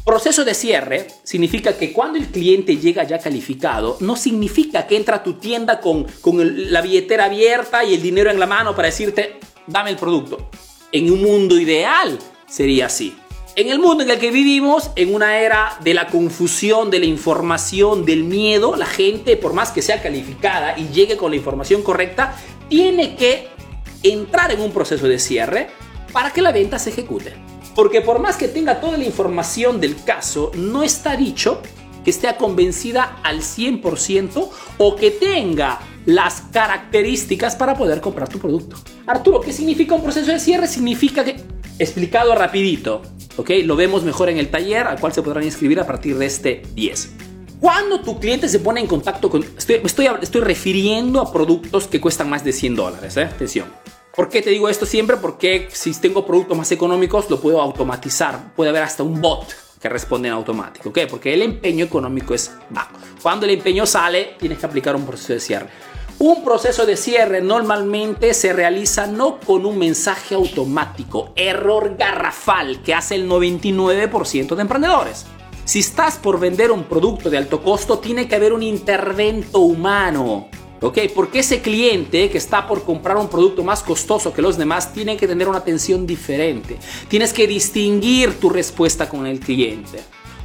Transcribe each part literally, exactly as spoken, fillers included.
Proceso de cierre significa que cuando el cliente llega ya calificado, no significa que entra a tu tienda con, con el, la billetera abierta y el dinero en la mano para decirte, dame el producto. En un mundo ideal sería así. En el mundo en el que vivimos, en una era de la confusión, de la información, del miedo, la gente, por más que sea calificada y llegue con la información correcta, tiene que entrar en un proceso de cierre para que la venta se ejecute. Porque por más que tenga toda la información del caso, no está dicho que esté convencida al cien por ciento o que tenga las características para poder comprar tu producto. Arturo, ¿qué significa un proceso de cierre? Significa que, explicado rapidito, ¿ok? Lo vemos mejor en el taller al cual se podrán inscribir a partir de este diez. Cuando tu cliente se pone en contacto con... Estoy, estoy, estoy refiriendo a productos que cuestan más de cien dólares, ¿eh? Atención. ¿Por qué te digo esto siempre? Porque si tengo productos más económicos, lo puedo automatizar. Puede haber hasta un bot que responde en automático, ¿ok? Porque el empeño económico es bajo. Cuando el empeño sale, tienes que aplicar un proceso de cierre. Un proceso de cierre normalmente se realiza no con un mensaje automático, error garrafal que hace el noventa y nueve por ciento de emprendedores. Si estás por vender un producto de alto costo, tiene que haber un intervento humano. ¿Ok? Porque ese cliente que está por comprar un producto más costoso que los demás tiene que tener una atención diferente. Tienes que distinguir tu respuesta con el cliente.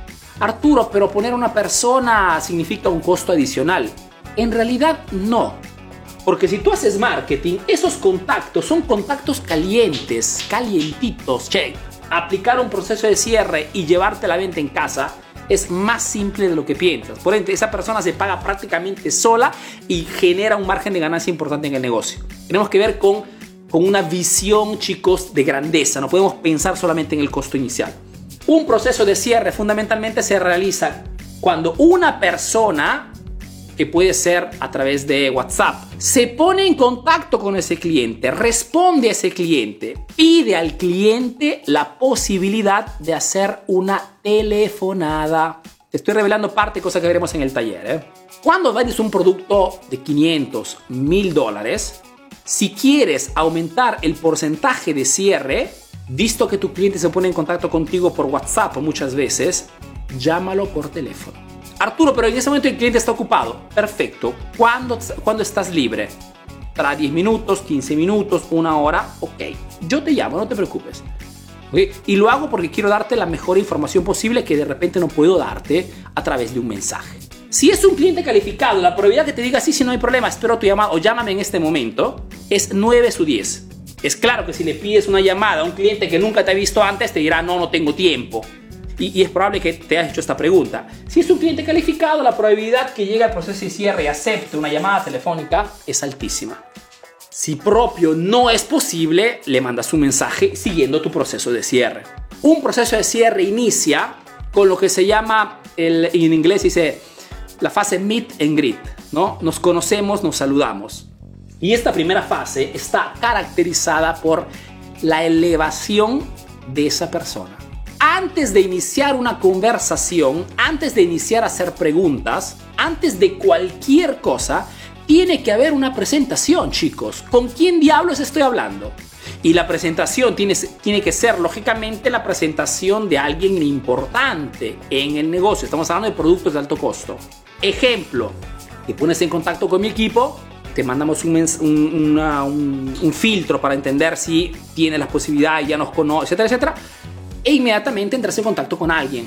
Arturo, pero poner a una persona significa un costo adicional. En realidad no. Porque si tú haces marketing, esos contactos son contactos calientes, calientitos. Che, aplicar un proceso de cierre y llevarte la venta en casa es más simple de lo que piensas. Por ende, esa persona se paga prácticamente sola y genera un margen de ganancia importante en el negocio. Tenemos que ver con, con una visión, chicos, de grandeza. No podemos pensar solamente en el costo inicial. Un proceso de cierre fundamentalmente se realiza cuando una persona, que puede ser a través de WhatsApp, se pone en contacto con ese cliente, responde a ese cliente, pide al cliente la posibilidad de hacer una telefonada. Te estoy revelando parte de cosas que veremos en el taller, ¿eh? Cuando vendes un producto de quinientos, mil dólares, si quieres aumentar el porcentaje de cierre, visto que tu cliente se pone en contacto contigo por WhatsApp muchas veces, llámalo por teléfono. Arturo, pero en ese momento el cliente está ocupado. Perfecto. ¿Cuándo, ¿cuándo estás libre? Para diez minutos, quince minutos, una hora. Ok. Yo te llamo, no te preocupes. ¿Okay? Y lo hago porque quiero darte la mejor información posible que de repente no puedo darte a través de un mensaje. Si es un cliente calificado, la probabilidad que te diga sí, sí, no hay problema, espero tu llamada o llámame en este momento, es nueve su diez. Es claro que si le pides una llamada a un cliente que nunca te ha visto antes, te dirá no, no tengo tiempo. Y, y es probable que te hayas hecho esta pregunta. Si es un cliente calificado, la probabilidad que llegue al proceso de cierre y acepte una llamada telefónica es altísima. Si propio no es posible, le mandas un mensaje siguiendo tu proceso de cierre. Un proceso de cierre inicia con lo que se llama, el, en inglés dice, la fase meet and greet, ¿no? Nos conocemos, nos saludamos. Y esta primera fase está caracterizada por la elevación de esa persona. Antes de iniciar una conversación, antes de iniciar a hacer preguntas, antes de cualquier cosa, tiene que haber una presentación, chicos. ¿Con quién diablos estoy hablando? Y la presentación tiene, tiene que ser, lógicamente, la presentación de alguien importante en el negocio. Estamos hablando de productos de alto costo. Ejemplo, te pones en contacto con mi equipo, te mandamos un, un, una, un, un filtro para entender si tiene las posibilidades, ya nos conoce, etcétera, etcétera. E inmediatamente entras en contacto con alguien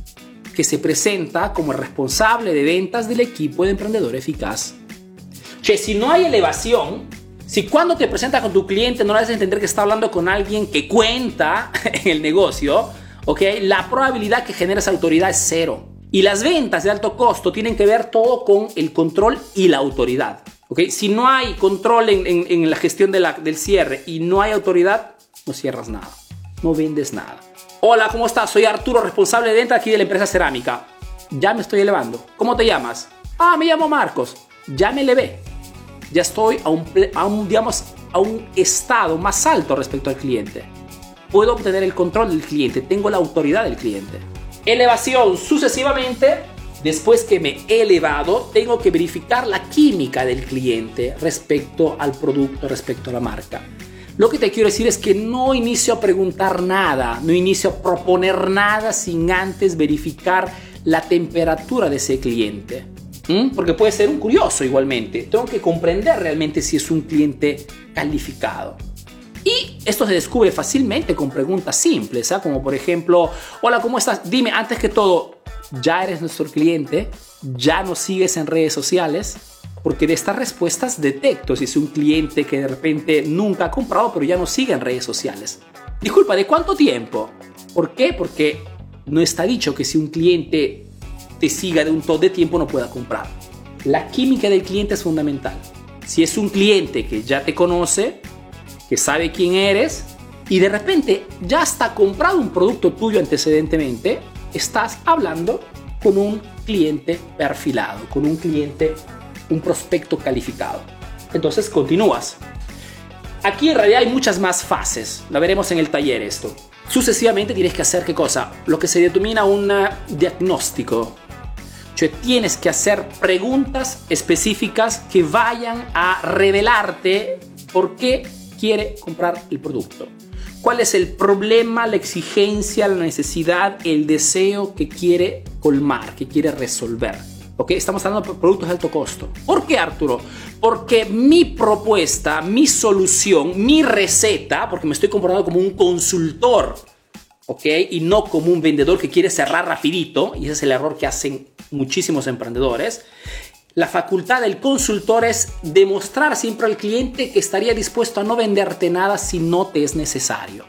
que se presenta como el responsable de ventas del equipo de Emprendedor Eficaz. Che, si no hay elevación, si cuando te presentas con tu cliente no le haces entender que está hablando con alguien que cuenta en el negocio, ¿okay? La probabilidad que generes autoridad es cero. Y las ventas de alto costo tienen que ver todo con el control y la autoridad. ¿Okay? Si no hay control en, en, en la gestión de la, del cierre y no hay autoridad, no cierras nada, no vendes nada. Hola, ¿cómo estás? Soy Arturo, responsable de venta aquí de la empresa Cerámica. Ya me estoy elevando. ¿Cómo te llamas? Ah, me llamo Marcos. Ya me elevé. Ya estoy a un, a un, digamos, a un estado más alto respecto al cliente. Puedo obtener el control del cliente. Tengo la autoridad del cliente. Elevación sucesivamente. Después que me he elevado, tengo que verificar la química del cliente respecto al producto, respecto a la marca. Lo que te quiero decir es que no inicio a preguntar nada, no inicio a proponer nada sin antes verificar la temperatura de ese cliente. ¿Mm? Porque puede ser un curioso igualmente. Tengo que comprender realmente si es un cliente calificado. Y esto se descubre fácilmente con preguntas simples, ¿eh? Como por ejemplo, hola, ¿cómo estás? Dime, antes que todo, ¿ya eres nuestro cliente? ¿Ya nos sigues en redes sociales? Porque de estas respuestas detecto si es un cliente que de repente nunca ha comprado, pero ya nos sigue en redes sociales. Disculpa, ¿de cuánto tiempo? ¿Por qué? Porque no está dicho que si un cliente te siga de un todo de tiempo no pueda comprar. La química del cliente es fundamental. Si es un cliente que ya te conoce, que sabe quién eres y de repente ya está comprado un producto tuyo antecedentemente, estás hablando con un cliente perfilado, con un cliente, un prospecto calificado. Entonces continúas. Aquí en realidad hay muchas más fases, la veremos en el taller esto. Sucesivamente tienes que hacer ¿qué cosa? Lo que se denomina un diagnóstico. Cioè tienes que hacer preguntas específicas que vayan a revelarte por qué quiere comprar el producto. ¿Cuál es el problema, la exigencia, la necesidad, el deseo que quiere colmar, que quiere resolver? ¿Ok? Estamos hablando de productos de alto costo. ¿Por qué, Arturo? Porque mi propuesta, mi solución, mi receta, porque me estoy comportando como un consultor, ¿ok? Y no como un vendedor que quiere cerrar rapidito, y ese es el error que hacen muchísimos emprendedores. La facultad del consultor es demostrar siempre al cliente que estaría dispuesto a no venderte nada si no te es necesario.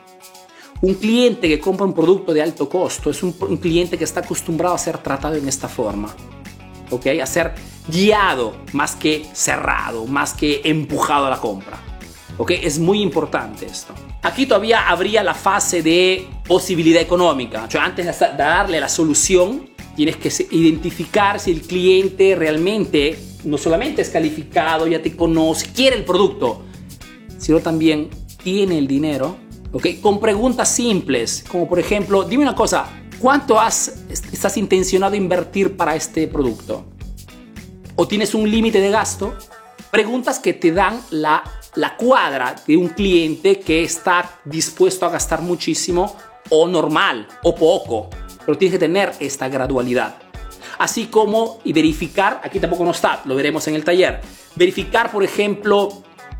Un cliente que compra un producto de alto costo es un, un cliente que está acostumbrado a ser tratado en esta forma, ¿ok? A ser guiado más que cerrado, más que empujado a la compra. ¿Ok? Es muy importante esto. Aquí todavía habría la fase de posibilidad económica. O sea, antes de darle la solución, tienes que identificar si el cliente realmente no solamente es calificado, ya te conoce, quiere el producto, sino también tiene el dinero. ¿Ok? Con preguntas simples, como por ejemplo, dime una cosa, ¿cuánto has, estás intencionado a invertir para este producto? ¿O tienes un límite de gasto? Preguntas que te dan la la cuadra de un cliente que está dispuesto a gastar muchísimo o normal o poco, pero tienes que tener esta gradualidad. Así como y verificar, aquí tampoco no está, lo veremos en el taller, verificar por ejemplo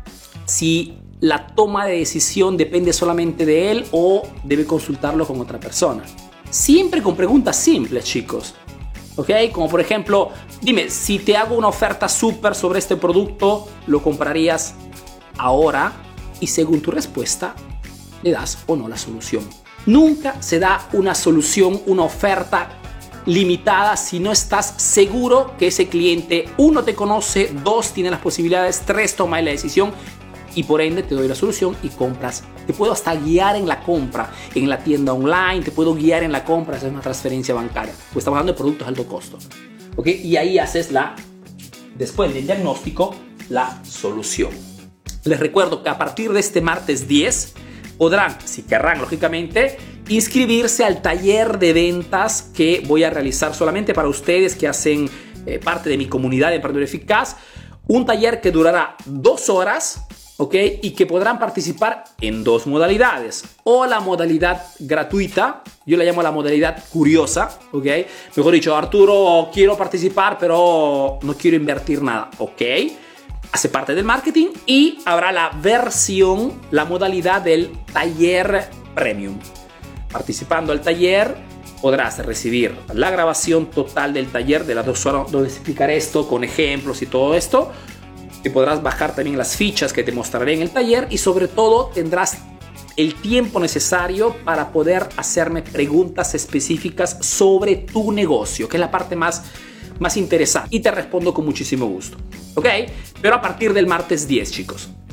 si la toma de decisión depende solamente de él o debe consultarlo con otra persona. Siempre con preguntas simples, chicos. ¿Ok? Como por ejemplo, dime, si te hago una oferta súper sobre este producto, ¿lo comprarías ahora? Y según tu respuesta, le das o no la solución. Nunca se da una solución, una oferta limitada si no estás seguro que ese cliente, uno, te conoce, dos, tiene las posibilidades, tres, toma la decisión y por ende te doy la solución y compras. Te puedo hasta guiar en la compra, en la tienda online, te puedo guiar en la compra, hacer una transferencia bancaria. Pues estamos hablando de productos de alto costo. ¿Ok? Y ahí haces la, después del diagnóstico, la solución. Les recuerdo que a partir de este martes diez podrán, si querrán lógicamente, inscribirse al taller de ventas que voy a realizar solamente para ustedes que hacen eh, parte de mi comunidad de Emprendedor Eficaz. Un taller que durará dos horas, ¿ok? Y que podrán participar en dos modalidades. O la modalidad gratuita, yo la llamo la modalidad curiosa, ¿ok? Mejor dicho, Arturo, quiero participar, pero no quiero invertir nada, ¿ok? Hace parte del marketing. Y habrá la versión, la modalidad del taller premium. Participando al taller podrás recibir la grabación total del taller de las dos horas donde explicaré esto con ejemplos y todo esto. Y podrás bajar también las fichas que te mostraré en el taller y sobre todo tendrás el tiempo necesario para poder hacerme preguntas específicas sobre tu negocio, que es la parte más, más interesante, y te respondo con muchísimo gusto. ¿Ok? Pero a partir del martes diez, chicos.